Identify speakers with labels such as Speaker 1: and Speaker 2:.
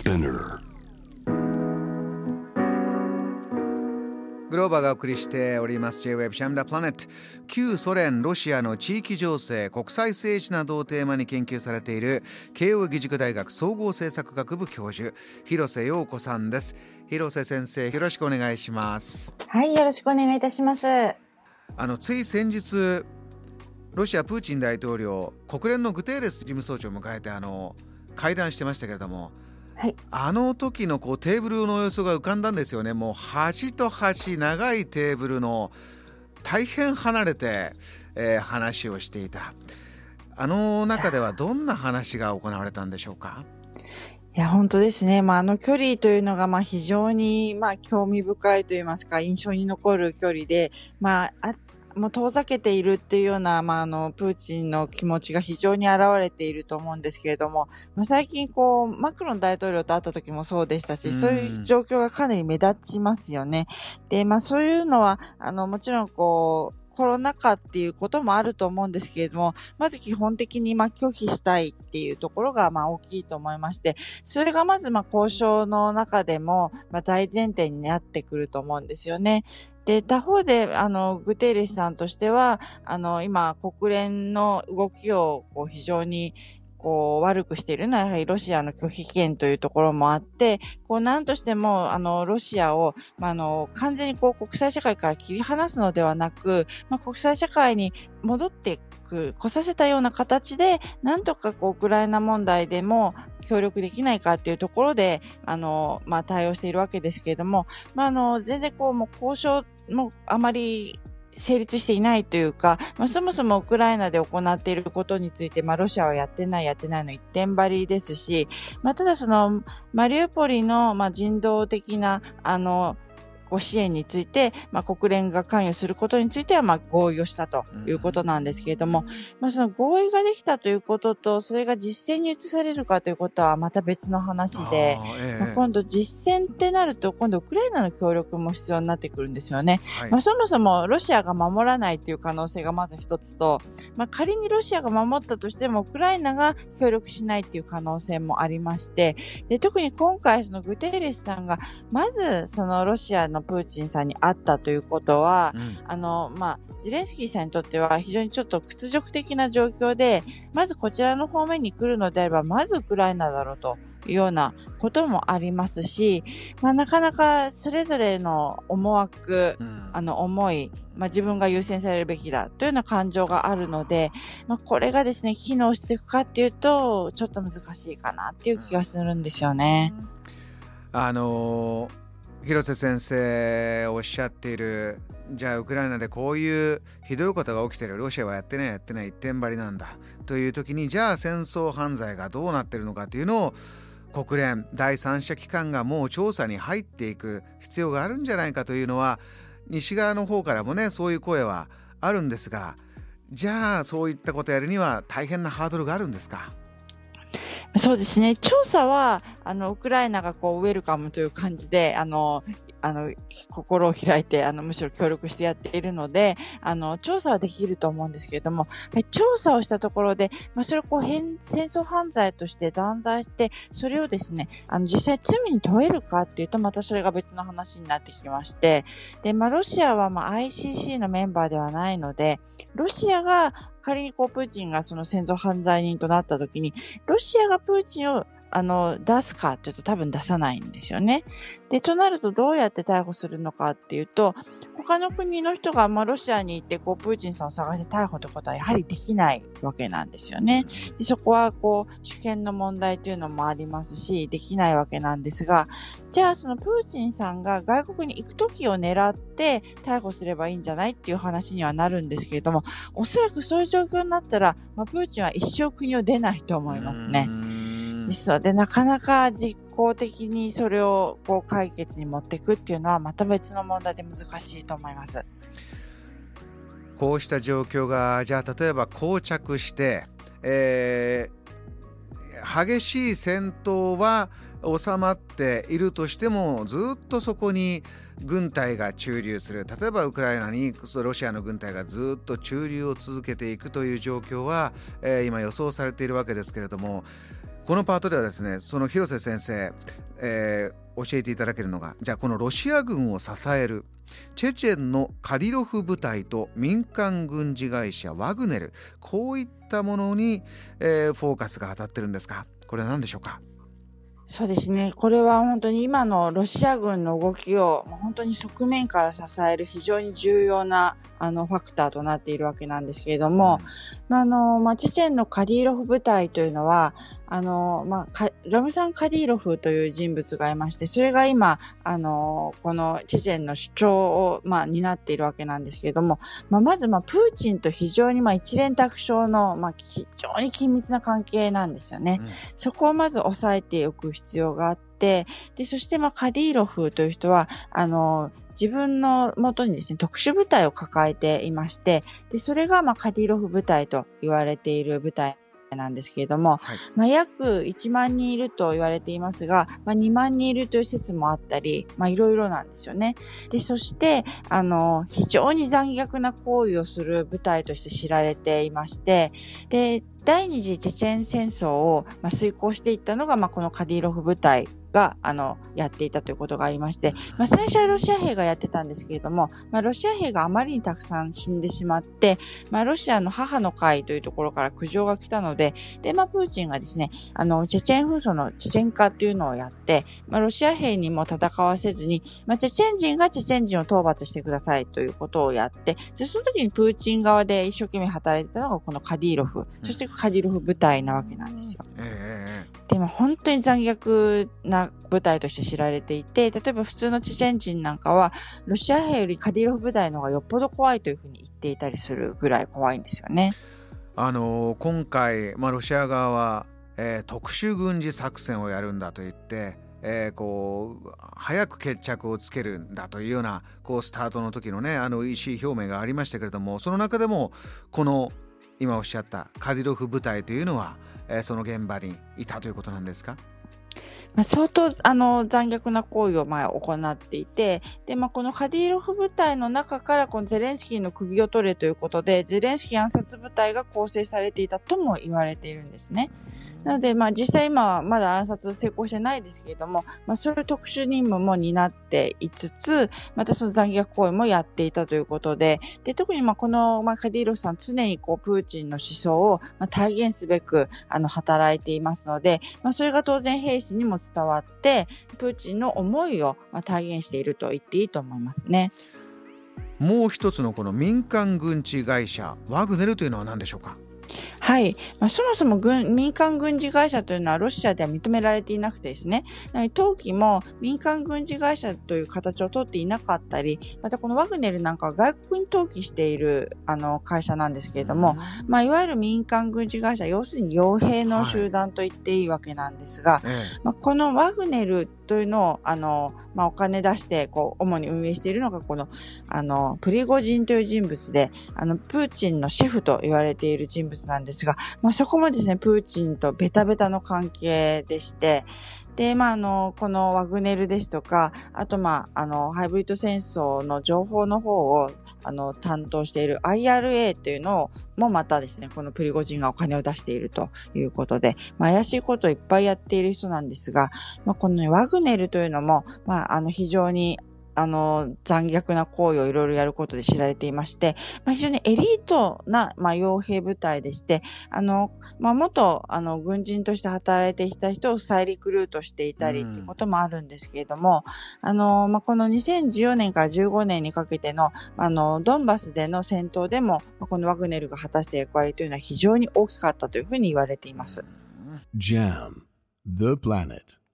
Speaker 1: Spinner.
Speaker 2: グローバーがお送りしております J-Web シャムダプラネット。旧ソ連ロシアの地域情勢国際政治などをテーマに研究されている慶應義塾大学総合政策学部教授広瀬陽子さんです。広瀬先生、よろしくお願いします。
Speaker 3: はい、よろしくお願いいたします。
Speaker 2: つい先日ロシアプーチン大統領国連のグテーレス事務総長を迎えて会談してましたけれども、
Speaker 3: はい、
Speaker 2: あの時のテーブルの様子が浮かんだんですよね。もう端と端長いテーブルの大変離れて、話をしていた。あの中ではどんな話が行われたんでしょうか。
Speaker 3: いや本当ですね。あの距離というのが非常に興味深いといいますか印象に残る距離で、もう遠ざけているっていうような、プーチンの気持ちが非常に現れていると思うんですけれども、最近マクロン大統領と会った時もそうでしたし、そういう状況がかなり目立ちますよね。で、そういうのはもちろんコロナ禍っていうこともあると思うんですけれども、まず基本的に拒否したいっていうところが大きいと思いまして、それがまず交渉の中でも大前提になってくると思うんですよね。で、他方でグテーレスさんとしては今国連の動きを非常に悪くしているのはやはりロシアの拒否権というところもあって、何としてもロシアを、完全に国際社会から切り離すのではなく、国際社会に戻って来させたような形で、なんとかウクライナ問題でも協力できないかというところで対応しているわけですけれども、全然もう交渉もあまり成立していないというか、そもそもウクライナで行っていることについて、ロシアはやってないの一点張りですし、ただマリウポリの人道的な支援について、国連が関与することについては合意をしたということなんですけれども、その合意ができたということと、それが実践に移されるかということはまた別の話で、今度実践ってなると、今度ウクライナの協力も必要になってくるんですよね。そもそもロシアが守らないという可能性がまず一つと、仮にロシアが守ったとしてもウクライナが協力しないという可能性もありまして、で特に今回グテーレスさんがまずロシアのプーチンさんに会ったということは、ゼレンスキーさんにとっては非常にちょっと屈辱的な状況で、まずこちらの方面に来るのであればまずウクライナだろうというようなこともありますし、なかなかそれぞれの思惑、思い、自分が優先されるべきだというような感情があるので、これがですね機能していくかっていうとちょっと難しいかなっていう気がするんですよね。
Speaker 2: 広瀬先生おっしゃっている、じゃあウクライナでこういうひどいことが起きてる、ロシアはやってない一点張りなんだという時に、じゃあ戦争犯罪がどうなってるのかというのを国連第三者機関がもう調査に入っていく必要があるんじゃないかというのは西側の方からもねそういう声はあるんですが、じゃあそういったことをやるには大変なハードルがあるんですか。
Speaker 3: そうですね。調査はウクライナがウェルカムという感じで心を開いてむしろ協力してやっているので調査はできると思うんですけれども、調査をしたところで、それを戦争犯罪として断罪してそれをですね実際罪に問えるかっていうとまたそれが別の話になってきまして、で、ロシアはICC のメンバーではないので、ロシアが仮にプーチンがその戦争犯罪人となった時にロシアがプーチンを出すかというと多分出さないんですよね。で、となるとどうやって逮捕するのかっていうと、他の国の人がロシアに行ってプーチンさんを探して逮捕ということはやはりできないわけなんですよね。で、そこは主権の問題というのもありますし、できないわけなんですが、じゃあそのプーチンさんが外国に行く時を狙って逮捕すればいいんじゃないっていう話にはなるんですけれども、おそらくそういう状況になったら、プーチンは一生国を出ないと思いますね。ですので、なかなか実効的にそれを解決に持っていくっていうのはまた別の問題で難しいと思います。
Speaker 2: こうした状況がじゃあ例えば膠着して、激しい戦闘は収まっているとしてもずっとそこに軍隊が駐留する、例えばウクライナにロシアの軍隊がずっと駐留を続けていくという状況は、今予想されているわけですけれども、 このパートではですね、その広瀬先生、教えていただけるのが、じゃあこのロシア軍を支えるチェチェンのカディロフ部隊と民間軍事会社ワグネル、こういったものに、フォーカスが当たってるんですが、これは何でしょうか？
Speaker 3: そうですね。これは本当に今のロシア軍の動きをもう本当に側面から支える非常に重要なファクターとなっているわけなんですけれども、チェチェンのカディロフ部隊というのは、ラムザン・カディロフという人物がいまして、それが今、このチェチェンの主張を、担っているわけなんですけれども、まず、プーチンと非常に、一蓮托生の、非常に緊密な関係なんですよね。そこをまず押さえておく必要があって、で、そして、カディロフという人は、自分の元にですね、特殊部隊を抱えていまして、で、それが、カディロフ部隊と言われている部隊なんですけれども、約1万人いると言われていますが、2万人いるという説もあったり、いろいろなんですよね。で、そして、非常に残虐な行為をする部隊として知られていまして、で、第二次チェチェン戦争を、遂行していったのが、このカディロフ部隊がやっていたということがありまして、最初はロシア兵がやってたんですけれども、ロシア兵があまりにたくさん死んでしまって、ロシアの母の会というところから苦情が来たので、で、プーチンがですね、チェチェン紛争のチェチェン化というのをやって、ロシア兵にも戦わせずに、チェチェン人がチェチェン人を討伐してくださいということをやって、その時にプーチン側で一生懸命働いてたのがこのカディロフ、そしてカディロフ部隊なわけなんですよ。でも本当に残虐な部隊として知られていて、例えば普通のチェチェン人なんかは、ロシア兵よりカディロフ部隊の方がよっぽど怖いというふうに言っていたりするぐらい怖いんですよね。
Speaker 2: 今回、ロシア側は、特殊軍事作戦をやるんだと言って、早く決着をつけるんだというようなスタートの時のね、意思表明がありましたけれども、その中でもこの今おっしゃったカディロフ部隊というのは、その現場にいたということなんですか？
Speaker 3: 相当残虐な行為を行っていて、で、このカディロフ部隊の中からこのゼレンスキーの首を取れということで、ゼレンスキー暗殺部隊が構成されていたとも言われているんですね。なので、実際今はまだ暗殺成功してないですけれども、そういう特殊任務も担っていつつ、またその残虐行為もやっていたということで、で、特にこの、カディロフさん常にプーチンの思想を体現すべく働いていますので、それが当然兵士にも伝わって、プーチンの思いを体現していると言っていいと思いますね。
Speaker 2: もう一つのこの民間軍事会社ワグネルというのは何でしょうか？
Speaker 3: はい。そもそも民間軍事会社というのはロシアでは認められていなくてですね、当期も民間軍事会社という形をとっていなかったり、またこのワグネルなんかは外国に登記している会社なんですけれども、いわゆる民間軍事会社、要するに傭兵の集団と言っていいわけなんですが、このワグネルというのをお金出して主に運営しているのがこのプリゴジンという人物で、プーチンのシェフと言われている人物なんですが、そこもですね、プーチンとベタベタの関係でして、で、このワグネルですとか、あとハイブリッド戦争の情報の方を担当している IRA というのもまたですね、このプリゴジンがお金を出しているということで、怪しいことをいっぱいやっている人なんですが、このね、ワグネルというのも、非常に残虐な行為をいろいろやることで知られていまして、非常にエリートな、傭兵部隊でして、元、軍人として働いていた人を再リクルートしていたりということもあるんですけれども、この2014年から15年にかけての、ドンバスでの戦闘でも、このワグネルが果たした役割というのは非常に大きかったというふうに言われています。
Speaker 1: JAM, The Planet